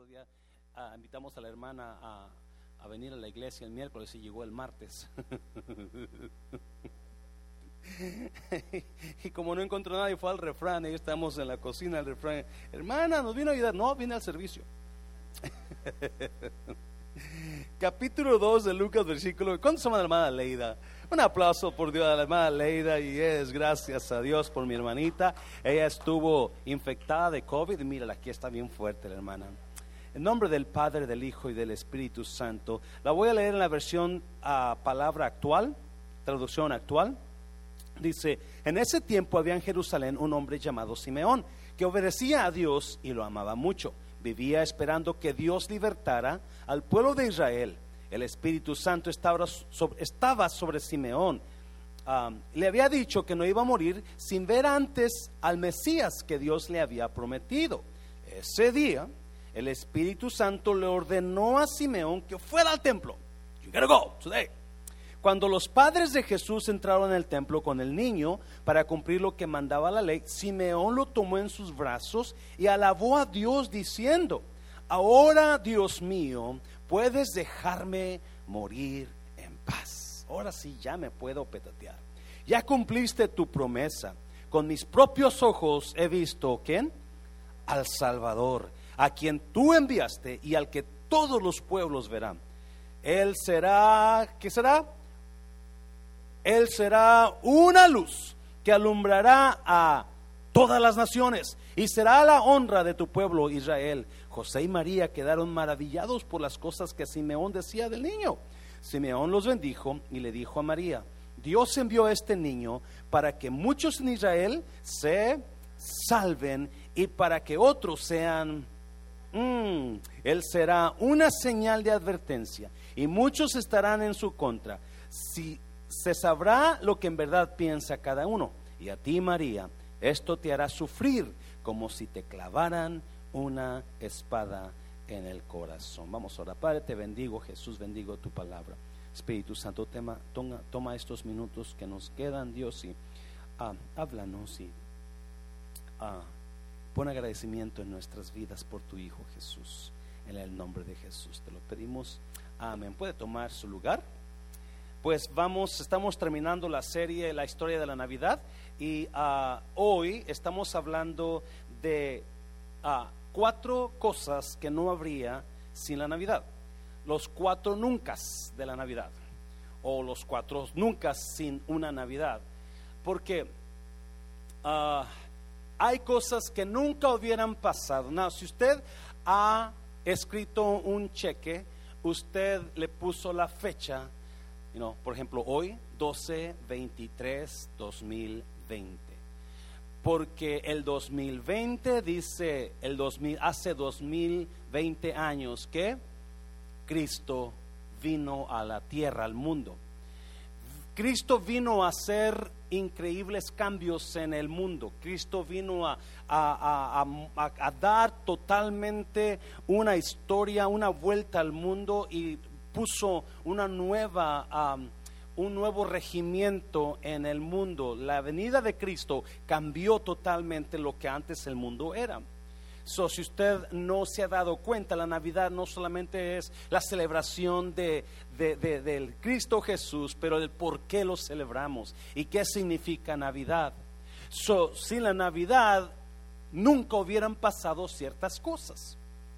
día invitamos a la hermana a venir a la iglesia el miércoles y llegó el martes. Y como no encontró nada y fue al refrán, ahí estamos en la cocina, el refrán: hermana, ¿nos vino a ayudar? No, viene al servicio. Capítulo 2 de Lucas, versículo. ¿Cuántos aman a la hermana Leida? Un aplauso por Dios a la hermana Leida. Y gracias a Dios por mi hermanita. Ella estuvo infectada de COVID. Mírala, aquí está bien fuerte la hermana. En nombre del Padre, del Hijo y del Espíritu Santo. La voy a leer en la versión palabra actual, traducción actual. Dice: en ese tiempo había en Jerusalén un hombre llamado Simeón, que obedecía a Dios y lo amaba mucho. Vivía esperando que Dios libertara al pueblo de Israel. El Espíritu Santo estaba sobre Simeón. Le había dicho que no iba a morir sin ver antes al Mesías que Dios le había prometido. Ese día el Espíritu Santo le ordenó a Simeón que fuera al templo. You gotta go today. Cuando los padres de Jesús entraron en el templo con el niño para cumplir lo que mandaba la ley, Simeón lo tomó en sus brazos y alabó a Dios diciendo: ahora, Dios mío, puedes dejarme morir en paz. Ahora sí ya me puedo petatear. Ya cumpliste tu promesa. Con mis propios ojos he visto, ¿quién? Al Salvador, a quien tú enviaste y al que todos los pueblos verán. Él será, ¿qué será? Él será una luz que alumbrará a todas las naciones y será la honra de tu pueblo Israel. José y María quedaron maravillados por las cosas que Simeón decía del niño. Simeón los bendijo y le dijo a María: Dios envió a este niño para que muchos en Israel se salven y para que otros sean... Él será una señal de advertencia y muchos estarán en su contra. Si se sabrá lo que en verdad piensa cada uno. Y a ti, María, esto te hará sufrir como si te clavaran una espada en el corazón. Vamos a orar. Padre, te bendigo, Jesús, bendigo tu palabra. Espíritu Santo, toma estos minutos que nos quedan, Dios, y háblanos y pon agradecimiento en nuestras vidas por tu Hijo Jesús. En el nombre de Jesús te lo pedimos. Amén. ¿Puede tomar su lugar? Pues estamos terminando la serie La historia de la Navidad y hoy estamos hablando de 4 cosas que no habría sin la Navidad. Los 4 nuncas de la Navidad, o los 4 nunca sin una Navidad, porque hay cosas que nunca hubieran pasado. No, si usted ha escrito un cheque, usted le puso la fecha. Por ejemplo, hoy 12/23/2020, porque el 2020 dice hace 2020 años que Cristo vino a la tierra, al mundo. Cristo vino a hacer increíbles cambios en el mundo. Cristo vino a dar totalmente una historia, una vuelta al mundo, y puso un nuevo regimiento en el mundo. La venida de Cristo cambió totalmente lo que antes el mundo era. Si usted no se ha dado cuenta, la Navidad no solamente es la celebración del Cristo Jesús, pero el por qué lo celebramos y qué significa Navidad. Sin la Navidad nunca hubieran pasado ciertas cosas.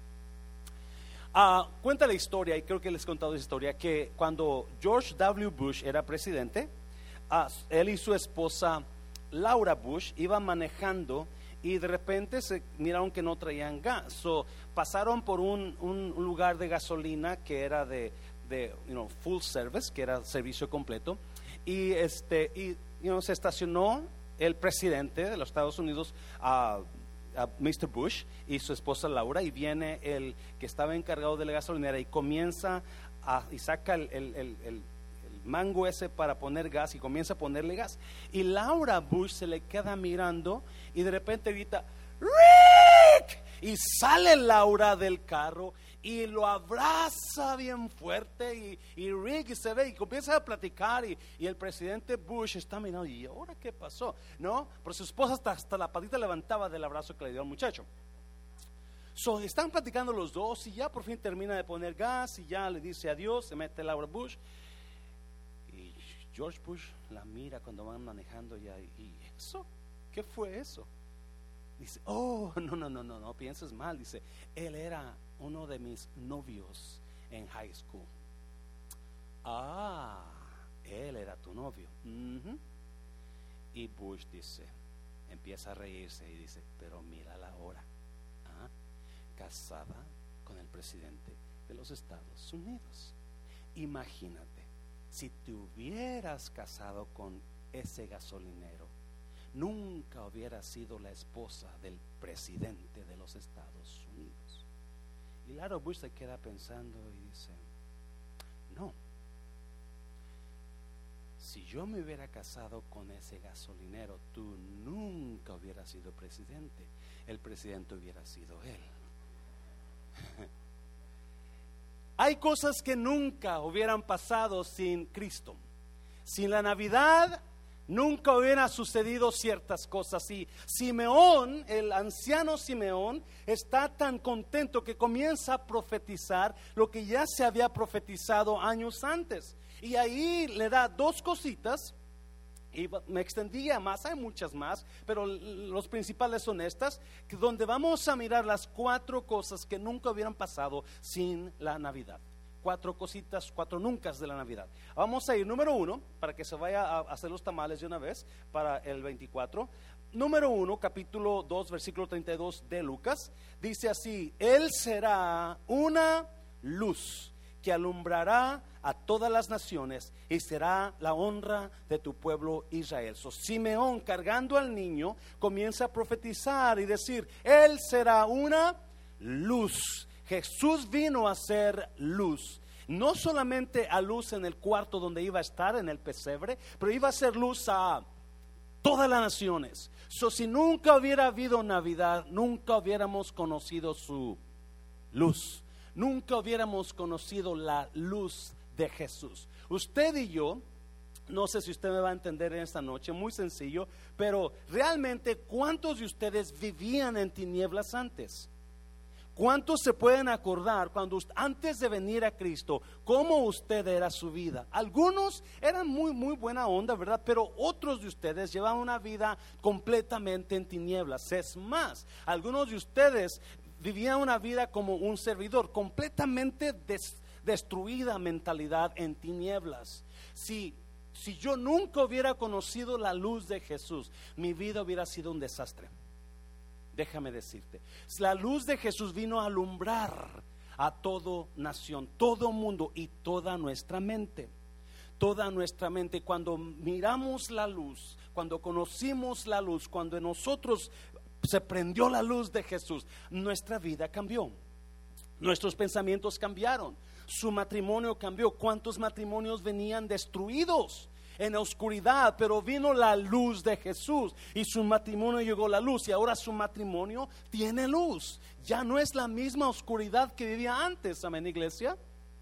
Cuenta la historia, y creo que les he contado esa historia, que cuando George W. Bush era presidente, él y su esposa Laura Bush iban manejando y de repente se miraron que no traían gas. Pasaron por un lugar de gasolina que era de full service, que era servicio completo, y se estacionó el presidente de los Estados Unidos, Mr. Bush, y su esposa Laura, y viene el que estaba encargado de la gasolinera y comienza y saca el mango ese para poner gas y comienza a ponerle gas, y Laura Bush se le queda mirando y de repente grita: ¡Rick! Y sale Laura del carro y lo abraza bien fuerte, y Rick se ve y comienza a platicar, y el presidente Bush está mirando, ¿y ahora qué pasó? ¿No? Pero su esposa hasta la patita levantaba del abrazo que le dio al muchacho. Están platicando los dos y ya por fin termina de poner gas y ya le dice adiós, se mete Laura Bush y George Bush la mira cuando van manejando y eso, ¿qué fue eso? Dice, oh, no pienses mal, dice, él era uno de mis novios en high school. Ah, él era tu novio. Y Bush dice, empieza a reírse y dice, pero mira la hora, casada con el presidente de los Estados Unidos. Imagínate, si te hubieras casado con ese gasolinero, nunca hubiera sido la esposa del presidente de los Estados Unidos. Y Laura Bush se queda pensando y dice, no, si yo me hubiera casado con ese gasolinero, tú nunca hubieras sido presidente, el presidente hubiera sido él. Hay cosas que nunca hubieran pasado sin Cristo. Sin la Navidad nunca hubieran sucedido ciertas cosas. Y Simeón, el anciano Simeón, está tan contento que comienza a profetizar lo que ya se había profetizado años antes. Y ahí le da dos cositas. Y me extendía más, hay muchas más, pero los principales son estas, donde vamos a mirar las 4 cosas que nunca hubieran pasado sin la Navidad. 4 cositas, 4 nuncas de la Navidad. Vamos a ir, número 1, para que se vaya a hacer los tamales de una vez, para el 24. Número 1, capítulo 2, versículo 32 de Lucas, dice así, Él será una luz que alumbrará a todas las naciones y será la honra de tu pueblo Israel. Simeón, cargando al niño, comienza a profetizar y decir, Él será una luz. Jesús vino a ser luz. No solamente a luz en el cuarto donde iba a estar, en el pesebre, pero iba a ser luz a todas las naciones. Si nunca hubiera habido Navidad, nunca hubiéramos conocido su luz. Nunca hubiéramos conocido la luz de Jesús. Usted y yo, no sé si usted me va a entender en esta noche, muy sencillo, pero realmente, ¿cuántos de ustedes vivían en tinieblas antes? ¿Cuántos se pueden acordar cuando antes de venir a Cristo, cómo usted era su vida? Algunos eran muy buena onda, ¿verdad? Pero otros de ustedes llevaban una vida completamente en tinieblas. Es más, algunos de ustedes vivían una vida como un servidor, completamente destruida mentalidad en tinieblas. Si yo nunca hubiera conocido la luz de Jesús, mi vida hubiera sido un desastre. Déjame decirte, la luz de Jesús vino a alumbrar a toda nación, todo mundo y toda nuestra mente. Toda nuestra mente, cuando miramos la luz, cuando conocimos la luz, cuando en nosotros se prendió la luz de Jesús, nuestra vida cambió, nuestros pensamientos cambiaron, su matrimonio cambió. ¿Cuántos matrimonios venían destruidos en la oscuridad? Pero vino la luz de Jesús y su matrimonio llegó a la luz, y ahora su matrimonio tiene luz. Ya no es la misma oscuridad que vivía antes. Amén, iglesia.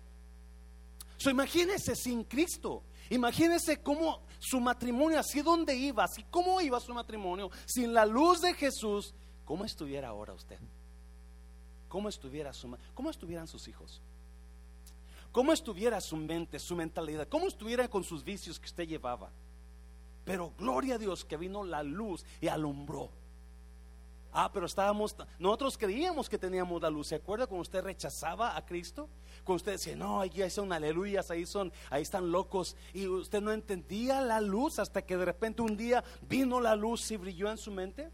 Imagínese sin Cristo. Imagínese cómo su matrimonio, así donde iba, así como iba su matrimonio, sin la luz de Jesús, ¿cómo estuviera ahora usted? ¿Cómo estuvieran sus hijos? ¿Cómo estuviera su mente, su mentalidad? ¿Cómo estuviera con sus vicios que usted llevaba? Pero gloria a Dios que vino la luz y alumbró. Pero nosotros creíamos que teníamos la luz. ¿Se acuerda cuando usted rechazaba a Cristo? Cuando usted decía, no, ahí son aleluyas, ahí están locos, y usted no entendía la luz hasta que de repente un día vino la luz y brilló en su mente.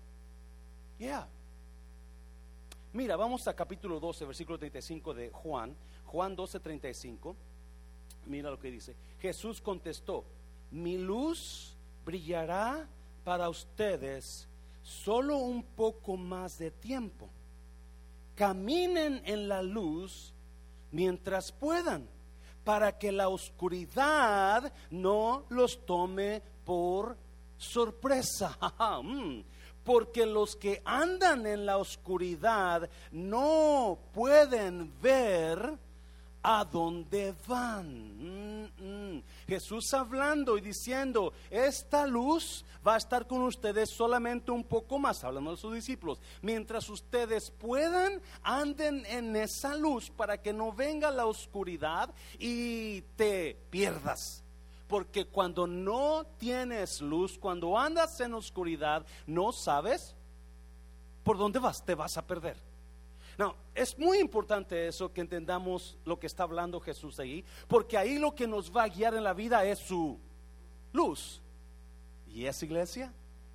Mira, vamos a capítulo 12, versículo 35 de Juan 12, 35. Mira lo que dice. Jesús contestó, mi luz brillará para ustedes solo un poco más de tiempo. Caminen en la luz mientras puedan, para que la oscuridad no los tome por sorpresa. Porque los que andan en la oscuridad no pueden ver a dónde van. Jesús hablando y diciendo, esta luz va a estar con ustedes solamente un poco más, hablando de sus discípulos. Mientras ustedes puedan, anden en esa luz para que no venga la oscuridad y te pierdas. Porque cuando no tienes luz, cuando andas en oscuridad, no sabes por dónde vas, te vas a perder. No, es muy importante eso, que entendamos lo que está hablando Jesús ahí, porque ahí lo que nos va a guiar en la vida es su luz. ¿Y esa iglesia?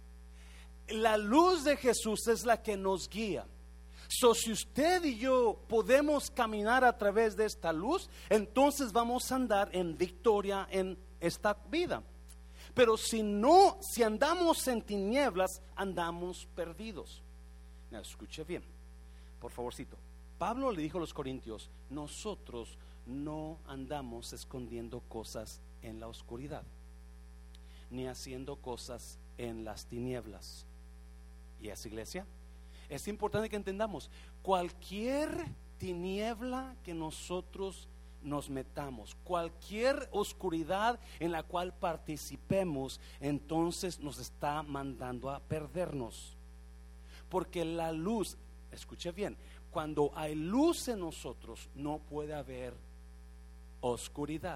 La luz de Jesús es la que nos guía. Si usted y yo podemos caminar a través de esta luz, entonces vamos a andar en victoria en esta vida. Pero si andamos en tinieblas, andamos perdidos. Now, escuche bien, por favorcito. Pablo le dijo a los corintios, nosotros no andamos escondiendo cosas en la oscuridad, ni haciendo cosas en las tinieblas. ¿Y esa iglesia? Es importante que entendamos, cualquier tiniebla que nosotros nos metamos, cualquier oscuridad en la cual participemos, entonces nos está mandando a perdernos. Porque la luz, escuche bien, cuando hay luz en nosotros no puede haber oscuridad.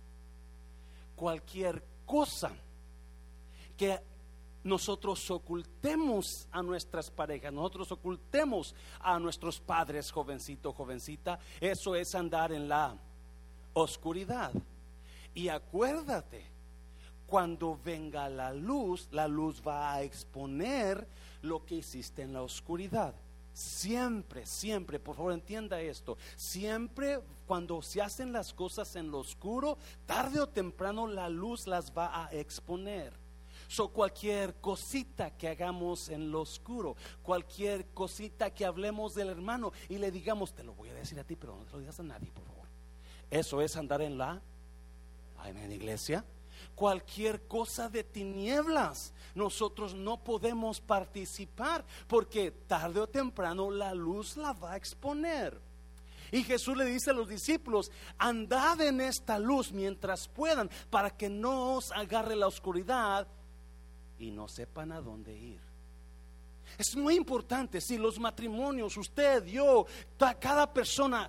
Cualquier cosa que nosotros ocultemos a nuestras parejas, nosotros ocultemos a nuestros padres, jovencito, jovencita, eso es andar en la oscuridad. Y acuérdate, cuando venga la luz va a exponer lo que hiciste en la oscuridad. Siempre, siempre, por favor entienda esto, siempre cuando se hacen las cosas en lo oscuro, tarde o temprano la luz las va a exponer. Cualquier cosita que hagamos en lo oscuro, cualquier cosita que hablemos del hermano y le digamos, te lo voy a decir a ti, pero no te lo digas a nadie, por favor. Eso es andar en la iglesia. Cualquier cosa de tinieblas, nosotros no podemos participar, porque tarde o temprano la luz la va a exponer. Y Jesús le dice a los discípulos, andad en esta luz mientras puedan, para que no os agarre la oscuridad y no sepan a dónde ir. Es muy importante, si los matrimonios, usted, yo, cada persona,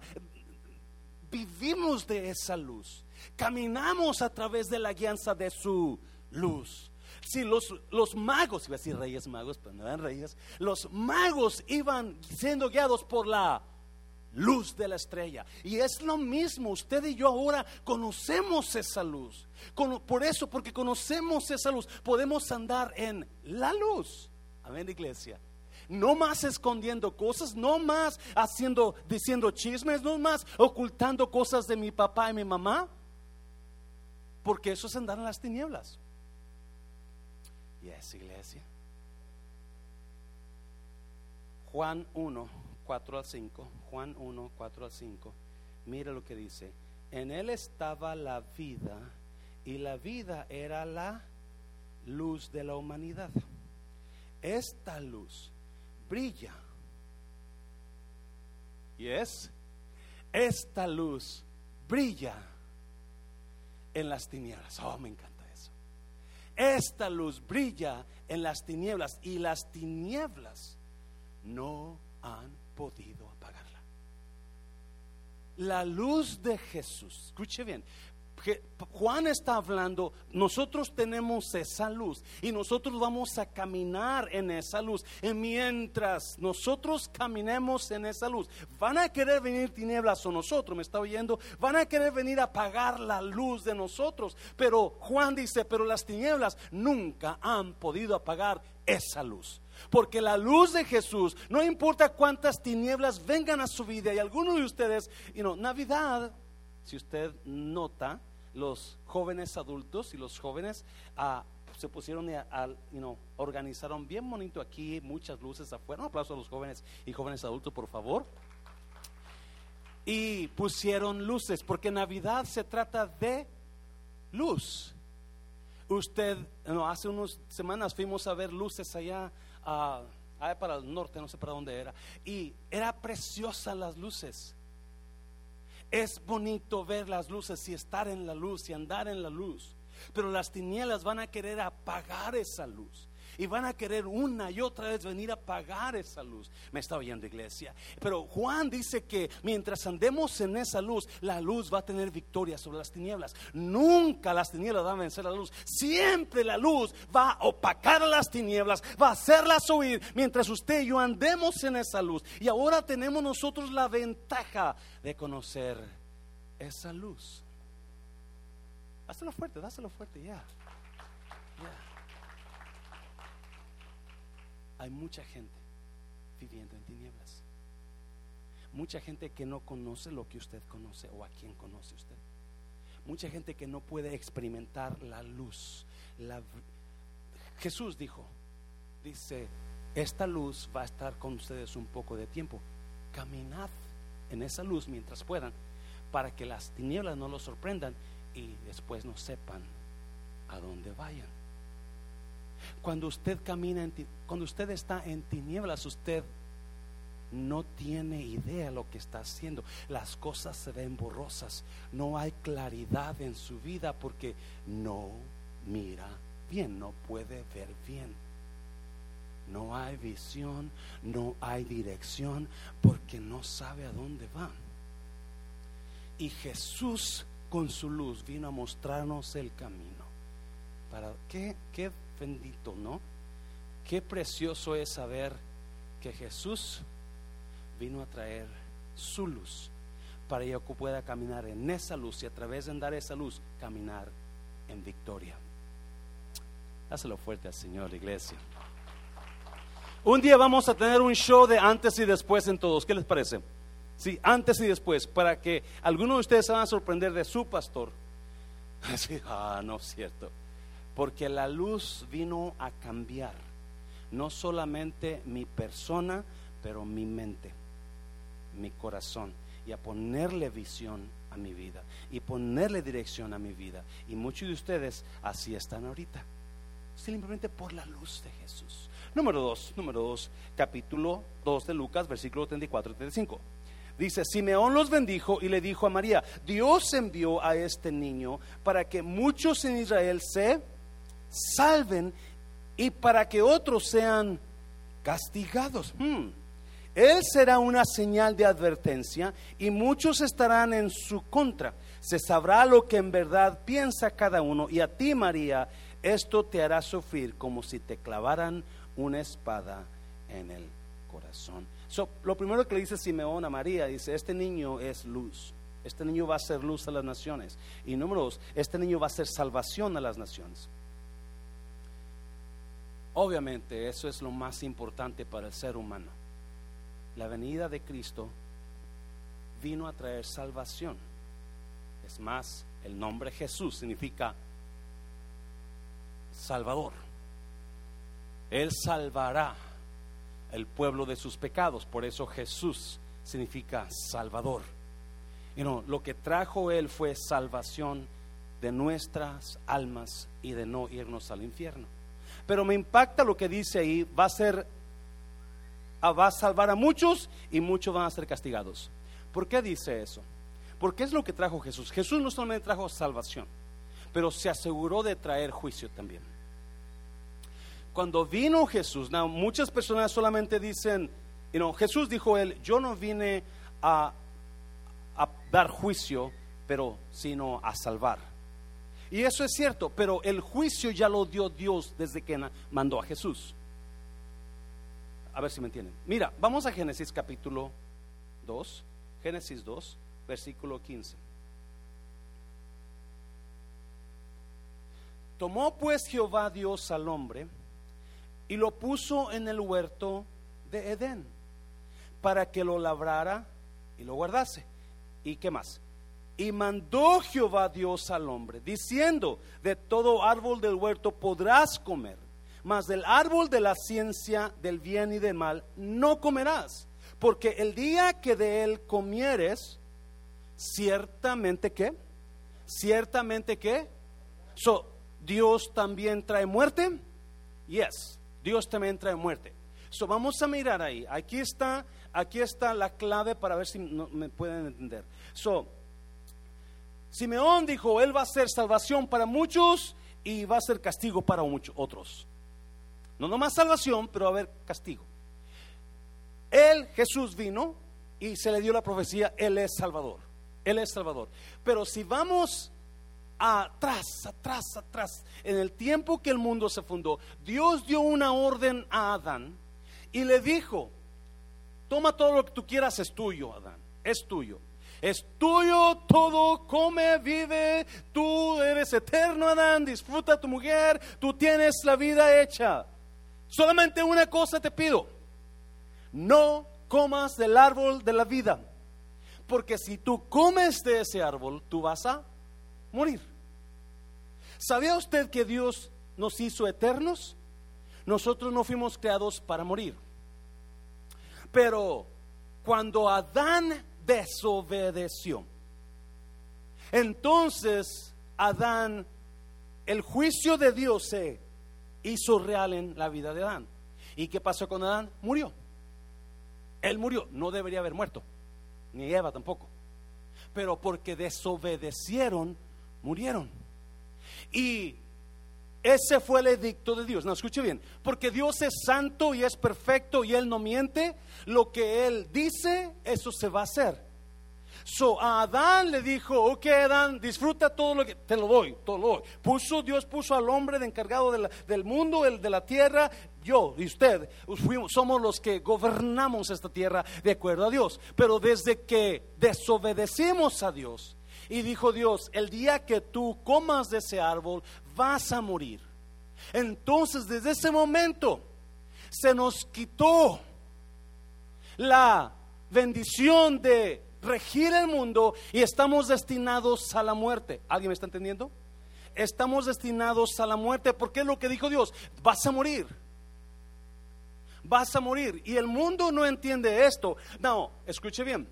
vivimos de esa luz, caminamos a través de la guianza de su luz. Si los magos, iba a decir reyes magos, pero no eran reyes, los magos iban siendo guiados por la luz de la estrella. Y es lo mismo, usted y yo ahora conocemos esa luz. Por eso, porque conocemos esa luz, podemos andar en la luz. Amén, iglesia. No más escondiendo cosas, no más diciendo chismes, no más ocultando cosas de mi papá y mi mamá, porque eso es andar en las tinieblas. Y es iglesia. Juan 1, 4 al 5. Juan 1, 4 al 5. Mira lo que dice. En él estaba la vida, y la vida era la luz de la humanidad. Esta luz brilla. Esta luz brilla en las tinieblas. Oh, me encanta eso. Esta luz brilla en las tinieblas, y las tinieblas no han podido apagarla. La luz de Jesús, escuche bien, Juan está hablando, nosotros tenemos esa luz y nosotros vamos a caminar en esa luz. Y mientras nosotros caminemos en esa luz, van a querer venir tinieblas o nosotros, ¿me está oyendo? Van a querer venir a apagar la luz de nosotros. Pero Juan dice, pero las tinieblas nunca han podido apagar esa luz. Porque la luz de Jesús, no importa cuántas tinieblas vengan a su vida. Y algunos de ustedes, Navidad, si usted nota, los jóvenes adultos y los jóvenes se pusieron organizaron bien bonito aquí, muchas luces afuera. Un aplauso a los jóvenes y jóvenes adultos, por favor. Y pusieron luces, porque Navidad se trata de luz. Hace unas semanas fuimos a ver luces allá para el norte, no sé para dónde era, y era preciosas las luces. Es bonito ver las luces y estar en la luz y andar en la luz, pero las tinieblas van a querer apagar esa luz. Y van a querer una y otra vez venir a apagar esa luz. Me está oyendo, iglesia. Pero Juan dice que mientras andemos en esa luz, la luz va a tener victoria sobre las tinieblas. Nunca las tinieblas van a vencer a la luz. Siempre la luz va a opacar a las tinieblas, va a hacerlas huir, mientras usted y yo andemos en esa luz. Y ahora tenemos nosotros la ventaja de conocer esa luz. Dáselo fuerte, ya. Hay mucha gente viviendo en tinieblas. Mucha gente que no conoce lo que usted conoce o a quien conoce usted. Mucha gente que no puede experimentar la luz. Jesús dice, esta luz va a estar con ustedes un poco de tiempo. Caminad en esa luz mientras puedan, para que las tinieblas no los sorprendan y después no sepan a dónde vayan. Cuando usted camina cuando usted está en tinieblas, usted no tiene idea de lo que está haciendo. Las cosas se ven borrosas, no hay claridad en su vida porque no mira bien, no puede ver bien. No hay visión, no hay dirección, porque no sabe a dónde va. Y Jesús con su luz vino a mostrarnos el camino. Para qué bendito, ¿no? Qué precioso es saber que Jesús vino a traer su luz para que yo pueda caminar en esa luz y a través de andar esa luz caminar en victoria. Dáselo fuerte al Señor, iglesia. Un día vamos a tener un show de antes y después en todos. ¿Qué les parece? Sí, antes y después, para que algunos de ustedes se van a sorprender de su pastor. Así, no es cierto. Porque la luz vino a cambiar no solamente mi persona, pero mi mente, mi corazón, y a ponerle visión a mi vida y ponerle dirección a mi vida. Y muchos de ustedes así están ahorita, simplemente por la luz de Jesús. Número 2, capítulo 2 de Lucas, versículo 34 y 35. Dice: Simeón los bendijo y le dijo a María: Dios envió a este niño para que muchos en Israel se salven y para que otros sean castigados. Él será una señal de advertencia y muchos estarán en su contra. Se sabrá lo que en verdad piensa cada uno, y a ti, María, esto te hará sufrir como si te clavaran una espada en el corazón. Lo primero que le dice Simeón a María, dice: este niño es luz, este niño va a ser luz a las naciones. Y número 2, este niño va a ser salvación a las naciones. Obviamente eso es lo más importante para el ser humano. La venida de Cristo vino a traer salvación. Es más, el nombre Jesús significa Salvador. Él salvará el pueblo de sus pecados. Por eso Jesús significa Salvador. Lo que trajo Él fue salvación de nuestras almas y de no irnos al infierno. Pero me impacta lo que dice ahí: va a salvar a muchos y muchos van a ser castigados. ¿Por qué dice eso? Porque es lo que trajo Jesús. Jesús no solamente trajo salvación, pero se aseguró de traer juicio también. Cuando vino Jesús, muchas personas solamente dicen, Jesús dijo él: yo no vine a dar juicio, sino a salvar. Y eso es cierto, pero el juicio ya lo dio Dios desde que mandó a Jesús. A ver si me entienden. Mira, vamos a Génesis capítulo 2, Génesis 2, versículo 15. Tomó pues Jehová Dios al hombre y lo puso en el huerto de Edén para que lo labrara y lo guardase. ¿Y qué más? Y mandó Jehová Dios al hombre, diciendo: de todo árbol del huerto podrás comer, mas del árbol de la ciencia del bien y del mal no comerás, porque el día que de él comieres, ciertamente ¿qué? Dios también trae muerte. Yes, Dios también trae muerte. Vamos a mirar ahí. Aquí está aquí está la clave para ver si me pueden entender. Simeón dijo, él va a ser salvación para muchos y va a ser castigo para muchos otros. No nomás salvación, pero va a haber castigo. Jesús vino y se le dio la profecía, Él es Salvador. Él es Salvador. Pero si vamos atrás, en el tiempo que el mundo se fundó, Dios dio una orden a Adán y le dijo, toma todo lo que tú quieras, es tuyo, Adán, es tuyo. Es tuyo todo, come, vive, tú eres eterno, Adán, disfruta a tu mujer, tú tienes la vida hecha. Solamente una cosa te pido, no comas del árbol de la vida, porque si tú comes de ese árbol, tú vas a morir. ¿Sabía usted que Dios nos hizo eternos? Nosotros no fuimos creados para morir. Pero cuando Adán desobedeció, entonces Adán, el juicio de Dios se hizo real en la vida de Adán. ¿Y qué pasó con Adán? Murió. Él murió, no debería haber muerto, ni Eva tampoco, pero porque desobedecieron, murieron. Y ese fue el edicto de Dios. No, escuche bien, porque Dios es santo y es perfecto y Él no miente. Lo que Él dice, eso se va a hacer. A Adán le dijo, ok, Adán, disfruta todo lo que te lo doy, todo lo doy. Dios puso al hombre de encargado del mundo, de la tierra. Yo y usted somos los que gobernamos esta tierra de acuerdo a Dios. Pero desde que desobedecimos a Dios, y dijo Dios, el día que tú comas de ese árbol vas a morir. Entonces desde ese momento se nos quitó la bendición de regir el mundo y estamos destinados a la muerte. ¿Alguien me está entendiendo? Estamos destinados a la muerte porque es lo que dijo Dios, vas a morir. Vas a morir. Y el mundo no entiende esto. No, escuche bien.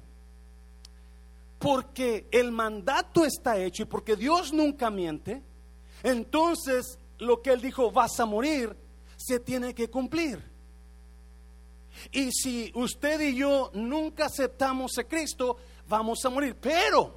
Porque el mandato está hecho y porque Dios nunca miente, entonces lo que Él dijo, vas a morir, se tiene que cumplir. Y si usted y yo nunca aceptamos a Cristo, vamos a morir. Pero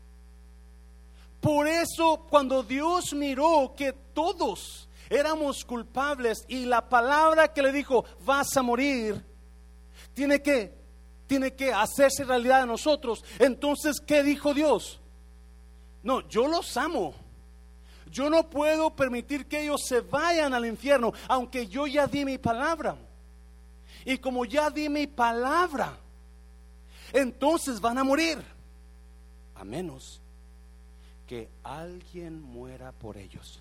por eso cuando Dios miró que todos éramos culpables y la palabra que le dijo, vas a morir, tiene que hacerse realidad en nosotros. Entonces, ¿qué dijo Dios? No, yo los amo. Yo no puedo permitir que ellos se vayan al infierno, aunque yo ya di mi palabra. Y como ya di mi palabra, entonces van a morir, a menos que alguien muera por ellos.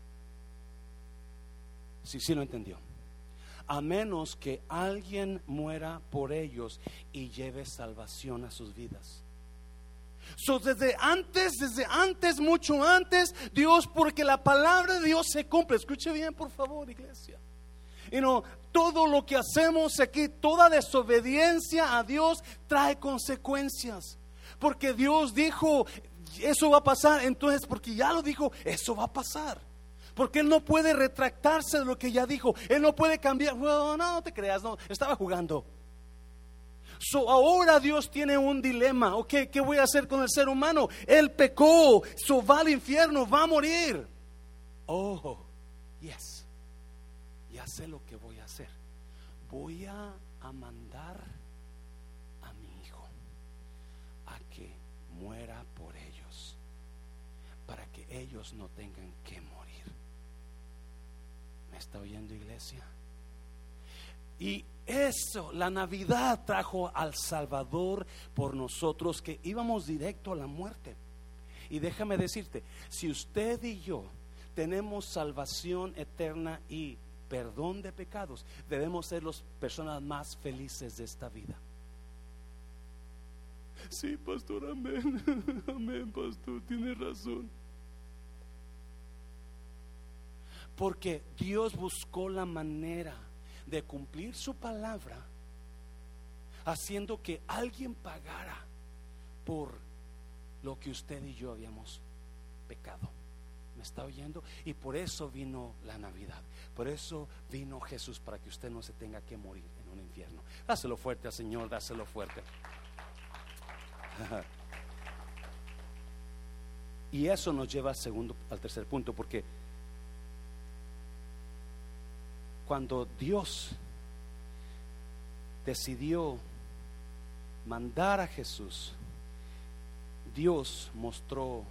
Sí lo entendió. A menos que alguien muera por ellos y lleve salvación a sus vidas. Desde antes, mucho antes, Dios, porque la palabra de Dios se cumple. Escuche bien, por favor, iglesia. Todo lo que hacemos aquí, toda desobediencia a Dios trae consecuencias. Porque Dios dijo, eso va a pasar. Entonces, porque ya lo dijo, eso va a pasar. Porque Él no puede retractarse de lo que ya dijo. Él no puede cambiar. No te creas, no, estaba jugando. Ahora Dios tiene un dilema. ¿Qué voy a hacer con el ser humano? Él pecó, va al infierno, va a morir. Oh, yes. Ya sé lo que voy a hacer. Voy a mandar a mi hijo a que muera por ellos, para que ellos no tengan que morir. ¿Me está oyendo, iglesia? Y eso, la Navidad trajo al Salvador por nosotros, que íbamos directo a la muerte. Y déjame decirte, si usted y yo tenemos salvación eterna y perdón de pecados, debemos ser las personas más felices de esta vida. Sí, pastor, amén. Amén, pastor, tiene razón. Porque Dios buscó la manera de cumplir su palabra, haciendo que alguien pagara por lo que usted y yo habíamos pecado. ¿Me está oyendo? Y por eso vino la Navidad. Por eso vino Jesús, para que usted no se tenga que morir en un infierno. Dáselo fuerte al Señor, dáselo fuerte. Y eso nos lleva al tercer punto, porque cuando Dios decidió mandar a Jesús, Dios mostró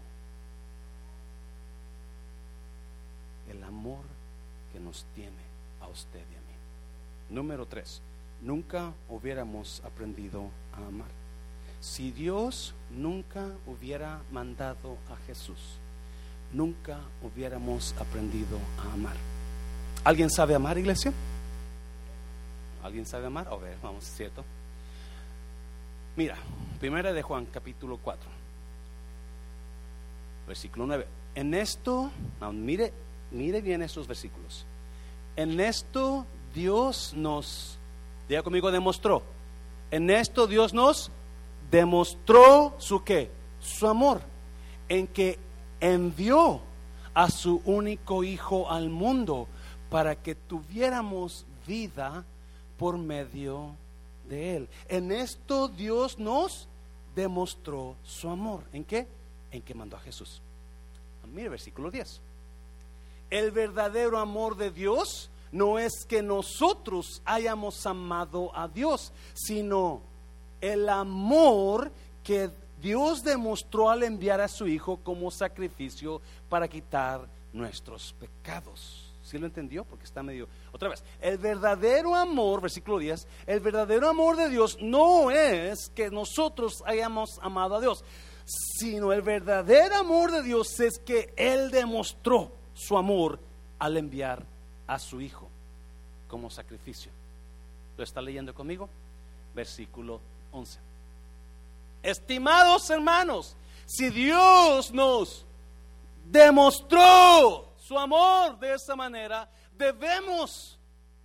el amor que nos tiene a usted y a mí. Número 3, nunca hubiéramos aprendido a amar si Dios nunca hubiera mandado a Jesús. Nunca hubiéramos aprendido a amar. ¿Alguien sabe amar, iglesia? ¿Alguien sabe amar? A ver, vamos, ¿es cierto? Mira, primera de Juan, capítulo 4, versículo 9. En esto, mire bien estos versículos. En esto Dios nos, diga conmigo, demostró. En esto Dios nos demostró su ¿qué? Su amor, en que envió a su único Hijo al mundo para que tuviéramos vida por medio de Él. En esto Dios nos demostró su amor. ¿En qué? En que mandó a Jesús. Mire versículo 10. El verdadero amor de Dios no es que nosotros hayamos amado a Dios, sino el amor que Dios demostró al enviar a su Hijo como sacrificio para quitar nuestros pecados. ¿Sí lo entendió? Porque está medio... Otra vez, el verdadero amor, versículo 10, el verdadero amor de Dios no es que nosotros hayamos amado a Dios, sino el verdadero amor de Dios es que Él demostró su amor al enviar a su Hijo como sacrificio. ¿Lo está leyendo conmigo? Versículo 11. Estimados hermanos, si Dios nos demostró su amor de esa manera, debemos,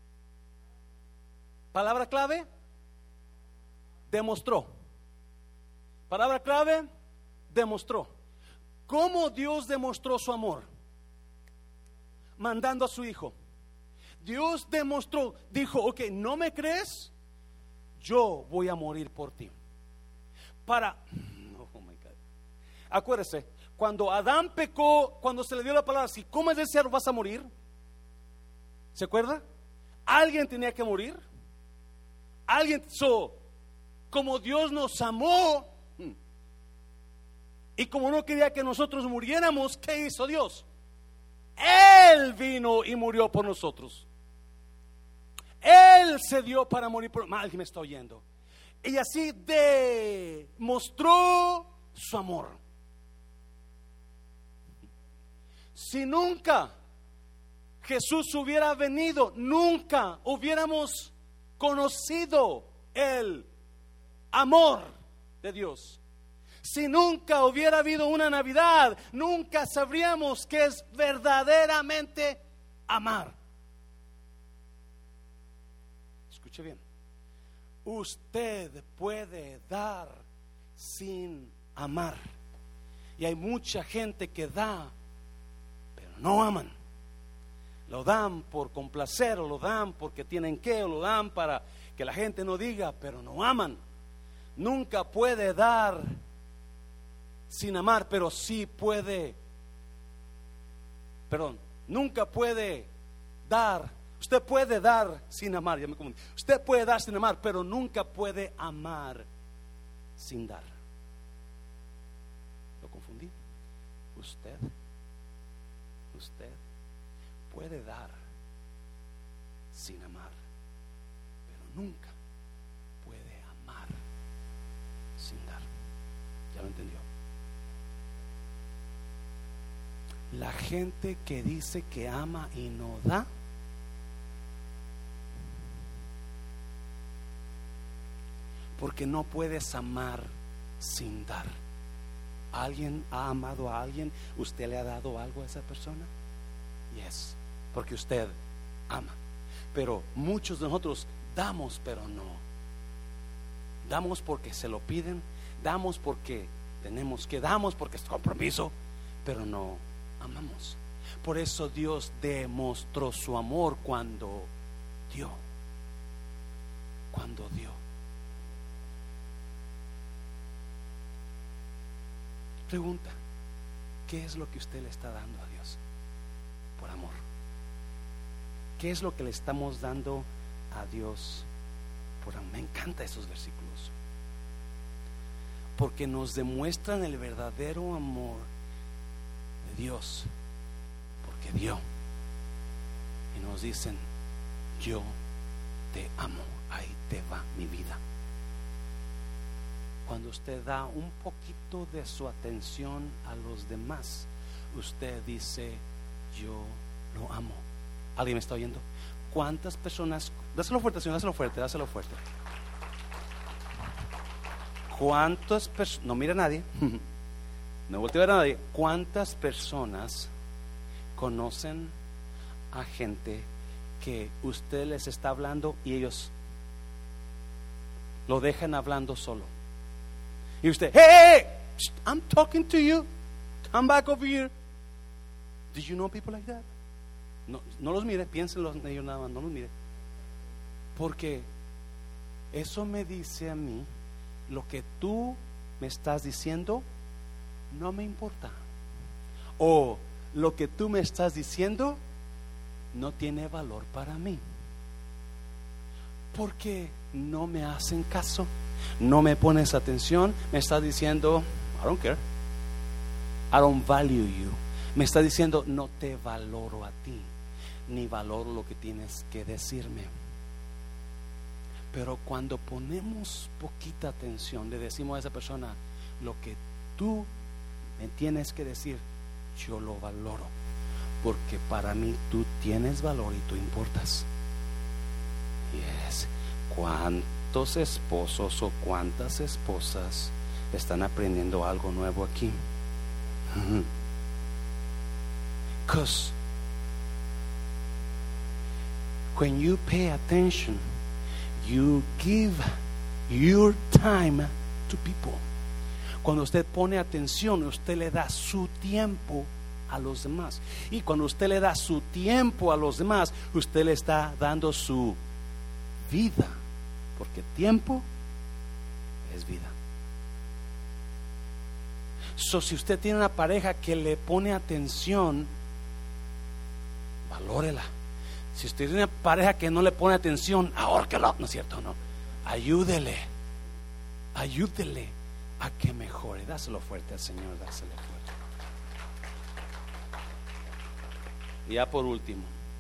palabra clave, demostró. Palabra clave, demostró. ¿Cómo Dios demostró su amor? Mandando a su Hijo. Dios demostró, dijo, ok, ¿no me crees? Yo voy a morir por ti. Oh my God. Acuérdese, cuando Adán pecó, cuando se le dio la palabra, si comes de ese árbol vas a morir. ¿Se acuerda? Alguien tenía que morir. Como Dios nos amó y como no quería que nosotros muriéramos, ¿qué hizo Dios? Él vino y murió por nosotros. Él se dio para morir por... Alguien me está oyendo. Y así demostró su amor. Si nunca Jesús hubiera venido, nunca hubiéramos conocido el amor de Dios. Si nunca hubiera habido una Navidad, nunca sabríamos qué es verdaderamente amar. Escuche bien. Usted puede dar sin amar. Y hay mucha gente que da, pero no aman. Lo dan por complacer, o lo dan porque tienen que, o lo dan para que la gente no diga, pero no aman. Nunca puede dar sin amar, pero sí puede. Nunca puede dar. Usted puede dar sin amar, ya me confundí. Usted puede dar sin amar, pero nunca puede amar sin dar. ¿Lo confundí? Usted puede dar sin amar, pero nunca puede amar sin dar. ¿Ya lo entendió? La gente que dice que ama y no da, porque no puedes amar sin dar. ¿Alguien ha amado a alguien? ¿Usted le ha dado algo a esa persona? Yes, porque usted ama. Pero muchos de nosotros damos, pero no. Damos porque se lo piden, damos porque tenemos que, damos porque es compromiso, pero no amamos. Por eso Dios demostró su amor cuando dio. Pregunta: ¿qué es lo que usted le está dando a Dios por amor? ¿Qué es lo que le estamos dando a Dios por amor? Me encantan esos versículos, porque nos demuestran el verdadero amor de Dios, porque dio. Y nos dicen: yo te amo, ahí te va mi vida. Cuando usted da un poquito de su atención a los demás, usted dice: yo lo amo. ¿Alguien me está oyendo? ¿Cuántas personas? Dáselo fuerte, Señor, dáselo fuerte, dáselo fuerte. ¿Cuántas personas? No mira a nadie. No voltee a ver a nadie. ¿Cuántas personas conocen a gente que usted les está hablando y ellos lo dejan hablando solo? Y usted: hey, I'm talking to you, come back over here. Do you know people like that? No los mire, piénsenlo en ellos nada más, no los mire. Porque eso me dice a mí: lo que tú me estás diciendo no me importa, o lo que tú me estás diciendo no tiene valor para mí, porque no me hacen caso, no me pones atención. Me estás diciendo: I don't care, I don't value you. Me está diciendo: no te valoro a ti, ni valoro lo que tienes que decirme. Pero cuando ponemos poquita atención, le decimos a esa persona: lo que tú me tienes que decir, yo lo valoro, porque para mí tú tienes valor y tú importas. Yes. ¿Cuántos esposos o cuántas esposas están aprendiendo algo nuevo aquí? Because when you pay attention, you give your time to people. Cuando usted pone atención, usted le da su tiempo a los demás. Y cuando usted le da su tiempo a los demás, usted le está dando su vida, porque tiempo es vida. So, si usted tiene una pareja que le pone atención, valórela. Si usted tiene una pareja que no le pone atención, ahórquelo. No es cierto, no. Ayúdele a que mejore. Dáselo fuerte al Señor, dáselo fuerte. Y ya por último,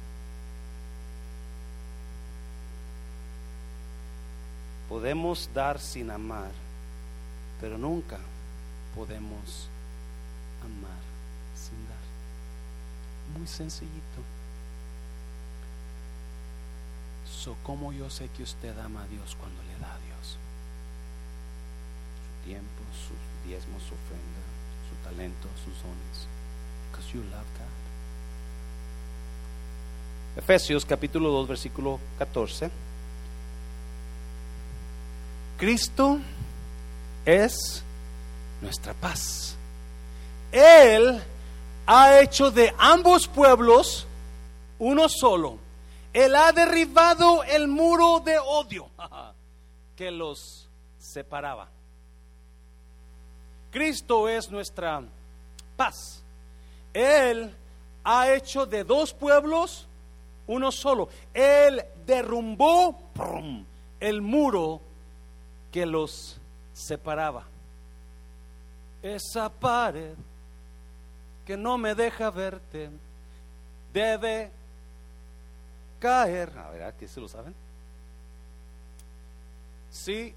podemos dar sin amar, pero nunca podemos amar sin dar. Muy sencillito. ¿Cómo yo sé que usted ama a Dios? Cuando le da a Dios su tiempo, sus diezmos, su ofrenda, su talento, sus dones. Because you love God. Efesios capítulo 2 versículo 14. Cristo es nuestra paz. Él ha hecho de ambos pueblos uno solo. Él ha derribado el muro de odio que los separaba. Cristo es nuestra paz. Él ha hecho de dos pueblos uno solo. Él derrumbó el muro que los separaba. Esa pared que no me deja verte debe caer. A ver, ¿aquí se lo saben? Sí.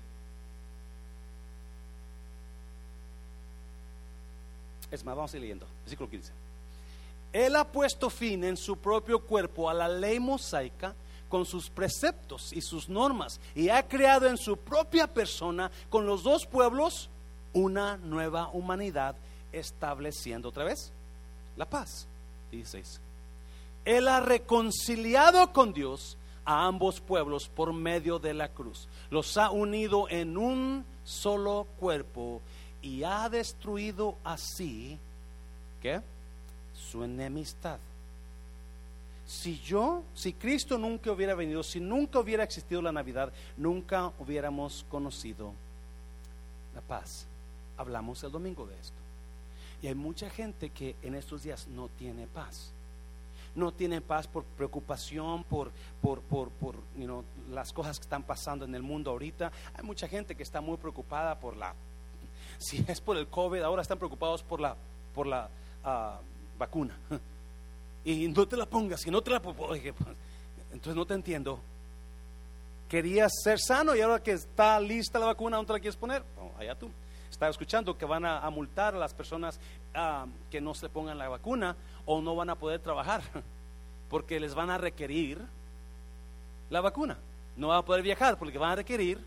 Es más, vamos a ir leyendo. Versículo 15. Él ha puesto fin en su propio cuerpo a la ley mosaica con sus preceptos y sus normas, y ha creado en su propia persona con los dos pueblos una nueva humanidad, estableciendo otra vez la paz. 16. Él ha reconciliado con Dios a ambos pueblos por medio de la cruz. Los ha unido en un solo cuerpo y ha destruido así, ¿qué? su enemistad. Si Cristo nunca hubiera venido, si nunca hubiera existido la Navidad, nunca hubiéramos conocido la paz. Hablamos el domingo de esto. Y hay mucha gente que en estos días no tiene paz. No tiene paz por preocupación, por las cosas que están pasando en el mundo ahorita. Hay mucha gente que está muy preocupada si es por el COVID, ahora están preocupados por la vacuna. Y no te la pongas, si no te la entonces no te entiendo. Querías ser sano y ahora que está lista la vacuna, ¿no te la quieres poner? Allá tú. Estaba escuchando que van a multar a las personas que no se pongan la vacuna, o no van a poder trabajar porque les van a requerir la vacuna. No van a poder viajar porque van a requerir,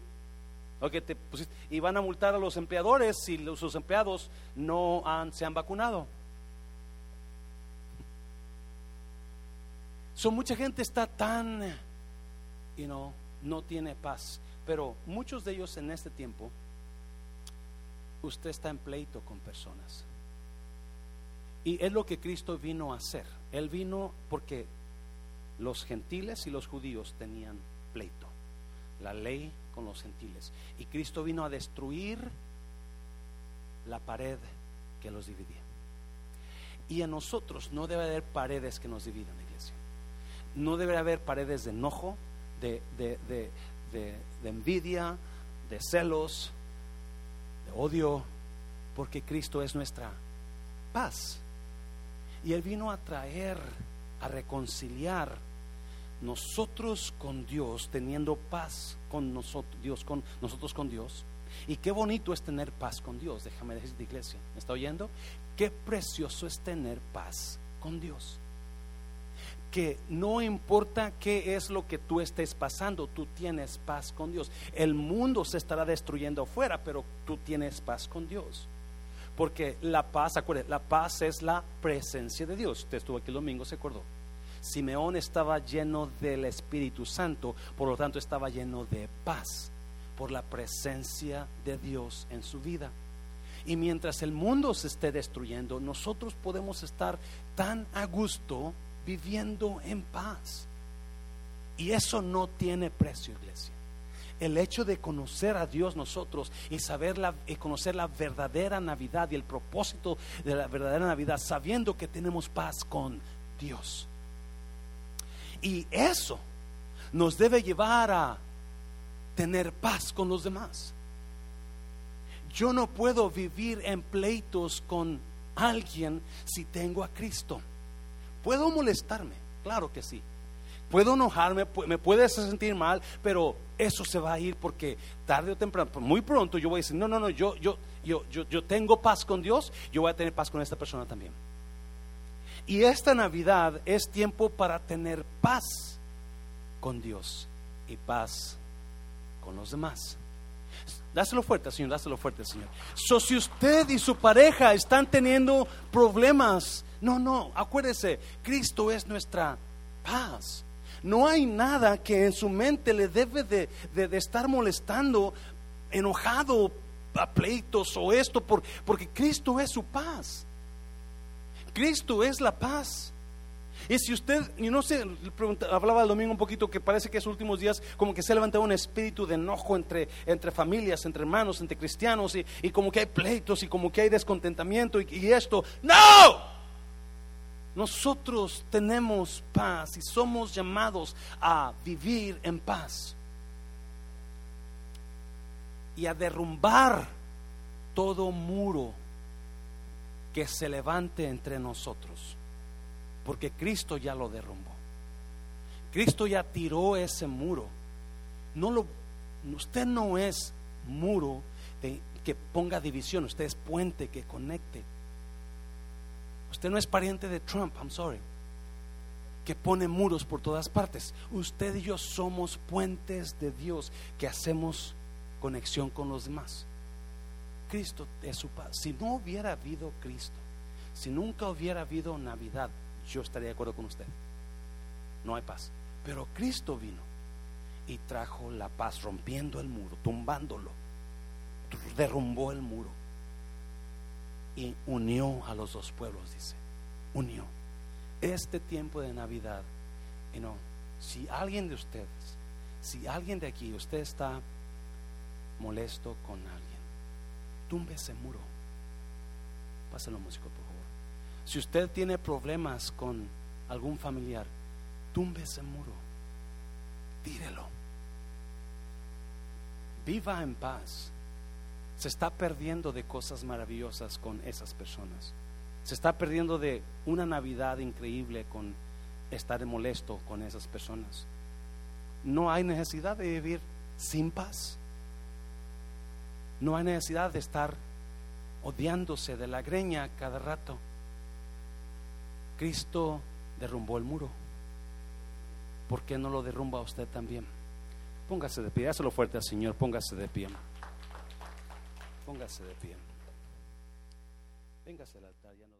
y van a multar a los empleadores si sus empleados se han vacunado. Mucha gente está tan, no tiene paz. Pero muchos de ellos en este tiempo, usted está en pleito con personas. Y es lo que Cristo vino a hacer. Él vino porque los gentiles y los judíos tenían pleito. La ley con los gentiles. Y Cristo vino a destruir la pared que los dividía. Y a nosotros no debe haber paredes que nos dividan, iglesia. No debe haber paredes de enojo, de envidia, de celos, de odio, porque Cristo es nuestra paz. Y Él vino a reconciliar nosotros con Dios, teniendo paz con nosotros, con Dios. Y qué bonito es tener paz con Dios. Déjame decirte, iglesia, ¿me está oyendo? Qué precioso es tener paz con Dios. Que no importa qué es lo que tú estés pasando, tú tienes paz con Dios. El mundo se estará destruyendo afuera, pero tú tienes paz con Dios. Porque la paz, acuérdense, la paz es la presencia de Dios. Usted estuvo aquí el domingo, se acordó. Simeón estaba lleno del Espíritu Santo, por lo tanto estaba lleno de paz por la presencia de Dios en su vida. Y mientras el mundo se esté destruyendo, nosotros podemos estar tan a gusto viviendo en paz. Y eso no tiene precio, iglesia. El hecho de conocer a Dios nosotros y conocer la verdadera Navidad y el propósito de la verdadera Navidad, sabiendo que tenemos paz con Dios. Y eso nos debe llevar a tener paz con los demás. Yo no puedo vivir en pleitos con alguien si tengo a Cristo. Puedo molestarme, claro que sí. Puedo enojarme, me puede hacer sentir mal, pero eso se va a ir, porque tarde o temprano, muy pronto yo voy a decir, no, yo tengo paz con Dios, yo voy a tener paz con esta persona también. Y esta Navidad es tiempo para tener paz con Dios y paz con los demás. Dáselo fuerte, Señor, dáselo fuerte, Señor. Si usted y su pareja están teniendo problemas, no, acuérdese, Cristo es nuestra paz. No hay nada que en su mente le debe de estar molestando, enojado, a pleitos o esto, porque Cristo es su paz. Cristo es la paz. Y si usted, no sé, hablaba el domingo un poquito que parece que esos últimos días como que se ha levantado un espíritu de enojo entre familias, entre hermanos, entre cristianos, y como que hay pleitos y como que hay descontentamiento y esto. ¡No! Nosotros tenemos paz y somos llamados a vivir en paz y a derrumbar todo muro que se levante entre nosotros, porque Cristo ya lo derrumbó. Cristo ya tiró ese muro. Usted no es muro que ponga división, usted es puente que conecte. Usted no es pariente de Trump, I'm sorry, que pone muros por todas partes. Usted y yo somos puentes de Dios que hacemos conexión con los demás. Cristo es su paz. Si no hubiera habido Cristo, si nunca hubiera habido Navidad, yo estaría de acuerdo con usted. No hay paz. Pero Cristo vino y trajo la paz, rompiendo el muro, tumbándolo, derrumbó el muro y unió a los dos pueblos, dice. unió. Este tiempo de Navidad, si alguien de ustedes, si alguien de aquí, usted está molesto con alguien, tumbe ese muro. Pásenlo, músico, por favor. Si usted tiene problemas con algún familiar, tumbe ese muro, tírelo, viva en paz. Se está perdiendo de cosas maravillosas con esas personas. Se está perdiendo de una Navidad increíble con estar molesto con esas personas. No hay necesidad de vivir sin paz. No hay necesidad de estar odiándose de la greña cada rato. Cristo derrumbó el muro. ¿Por qué no lo derrumba usted también? Póngase de pie, hazlo fuerte al Señor, póngase de pie. Póngase de pie. Véngase al altar, ya no.